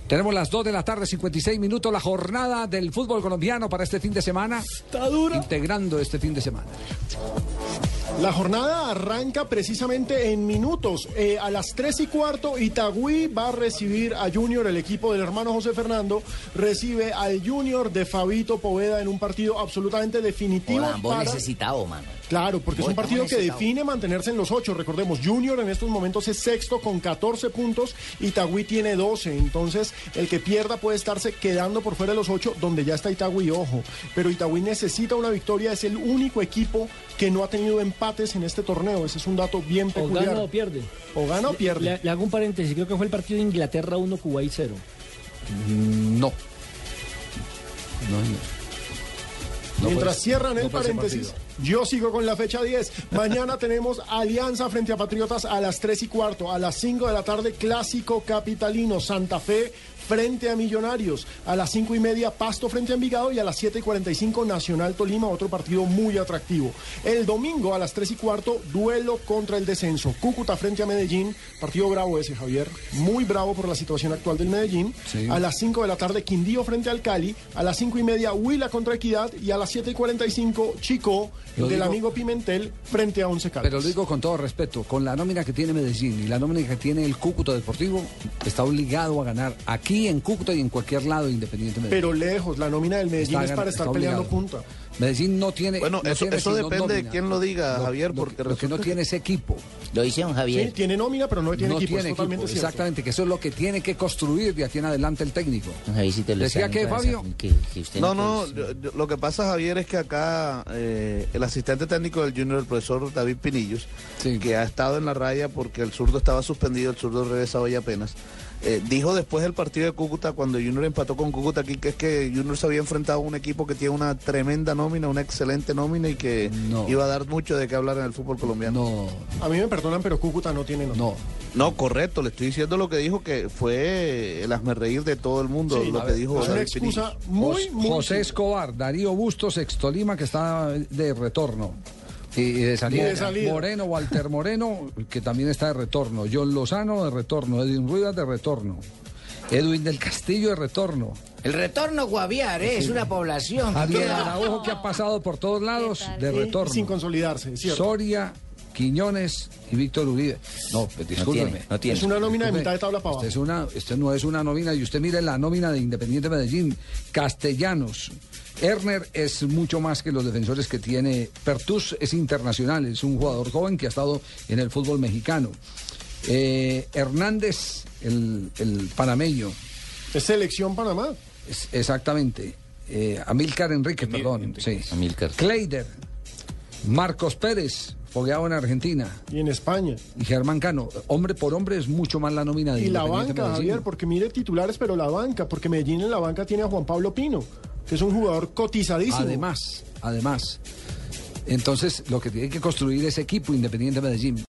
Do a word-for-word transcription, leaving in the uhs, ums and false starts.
Tenemos las dos de la tarde, cincuenta y seis minutos, la jornada del fútbol colombiano para este fin de semana. Está dura. Integrando este fin de semana. La jornada arranca precisamente en minutos. Eh, a las tres y cuarto, Itagüí va a recibir a Junior, el equipo del hermano José Fernando, recibe al Junior de Fabito Poveda en un partido absolutamente definitivo. Hola, vos para... necesitado, mano. Claro, porque Vos es un partido que necesitado. define mantenerse en los ocho. Recordemos, Junior en estos momentos es sexto con catorce puntos, Itagüí tiene doce. Entonces, el que pierda puede estarse quedando por fuera de los ocho, donde ya está Itagüí, ojo. Pero Itagüí necesita una victoria, es el único equipo que no ha tenido empates en este torneo. Ese es un dato bien O peculiar. gana o pierde. O gana o pierde. Le, le hago un paréntesis, creo que fue el partido de Inglaterra uno, Kuwait cero. Mm, No. No, no. No Mientras fue- cierran no el fue ese paréntesis, partido. yo sigo con la fecha diez. Mañana tenemos Alianza frente a Patriotas a las tres y cuarto. A las cinco de la tarde, Clásico Capitalino. Santa Fe frente a Millonarios. A las cinco y media, Pasto frente a Envigado. Y a las siete y cuarenta y cinco, Nacional Tolima, otro partido muy atractivo. El domingo a las tres y cuarto, duelo contra el descenso. Cúcuta frente a Medellín. Partido bravo ese, Javier. Muy bravo por la situación actual del Medellín. Sí. A las cinco de la tarde, Quindío frente al Cali. A las cinco y media, Huila contra Equidad. Y a las siete y cuarenta y cinco, Chico, Lo del digo- amigo Pimentel, frente a Once Caldas. Pero lo digo con todo respeto, con la nómina que tiene Medellín y la nómina que tiene el Cúcuta Deportivo, está obligado a ganar aquí en Cúcuta y en cualquier lado independientemente. Pero lejos, la nómina del Medellín Está es gan- para estar está peleando obligado. punta. Medellín no tiene. Bueno, no eso- tiene eso sino depende de nómina. quién lo diga, Lo- Javier, lo porque que- lo que resulta no que- tiene ese equipo. Lo dice don Sí, Javier. tiene nómina, pero no tiene no equipo. tiene es equipo, totalmente cierto. exactamente, que eso es lo que tiene que construir de aquí en adelante el técnico. Don Javier, si te lo ¿Decía están qué, pasando, Fabio? que- que usted No, no, puede- yo- yo- lo que pasa, Javier, es que acá eh, el asistente técnico del Junior, el profesor David Pinillos, Sí. que ha estado en la raya porque el zurdo estaba suspendido, el zurdo regresa hoy apenas, eh, dijo después del partido de Cúcuta, cuando Junior empató con Cúcuta aquí, que es que Junior se había enfrentado a un equipo que tiene una tremenda nómina, una excelente nómina y que No. iba a dar mucho de qué hablar en el fútbol colombiano. No, A mí me perdonan, pero Cúcuta no tiene nómina. no. No, correcto, le estoy diciendo lo que dijo, que fue el hazmerreír de todo el mundo, Sí, lo a que ver, dijo es una David excusa Pinillos. muy, Jos- muy... José Escobar, Darío Bustos, ex Tolima, que está de retorno. Y, y de salida. Y de salida. Moreno, Walter Moreno, que también está de retorno. John Lozano de retorno. Edwin Ruiz de retorno. Edwin del Castillo de retorno. El retorno Guaviare ¿eh? es una población. Ariel Araujo, que ha pasado por todos lados, de y- retorno. sin consolidarse, es cierto. Soria, Quiñones y Víctor Uribe. No, pues discúlpeme. tiene, no tiene. Es una nómina de Disculpe, mitad de tabla para abajo. Usted, es una, usted no es una nómina, y usted mire la nómina de Independiente Medellín. Castellanos. Erner es mucho más que los defensores que tiene. Pertus es internacional, es un jugador joven que ha estado en el fútbol mexicano. Eh, Hernández, el, el panameño, Es selección Panamá. es- exactamente. Eh, Amílcar Enrique, perdón. Sí. Amílcar. Kleider, Marcos Pérez, fogueado en Argentina. Y en España. Y Germán Cano, hombre por hombre es mucho más la nómina de Y la Independiente banca, Medellín. Javier, porque mire titulares, pero la banca, porque Medellín en la banca tiene a Juan Pablo Pino, que es un jugador cotizadísimo. Además, además. Entonces, lo que tiene que construir es equipo Independiente Medellín.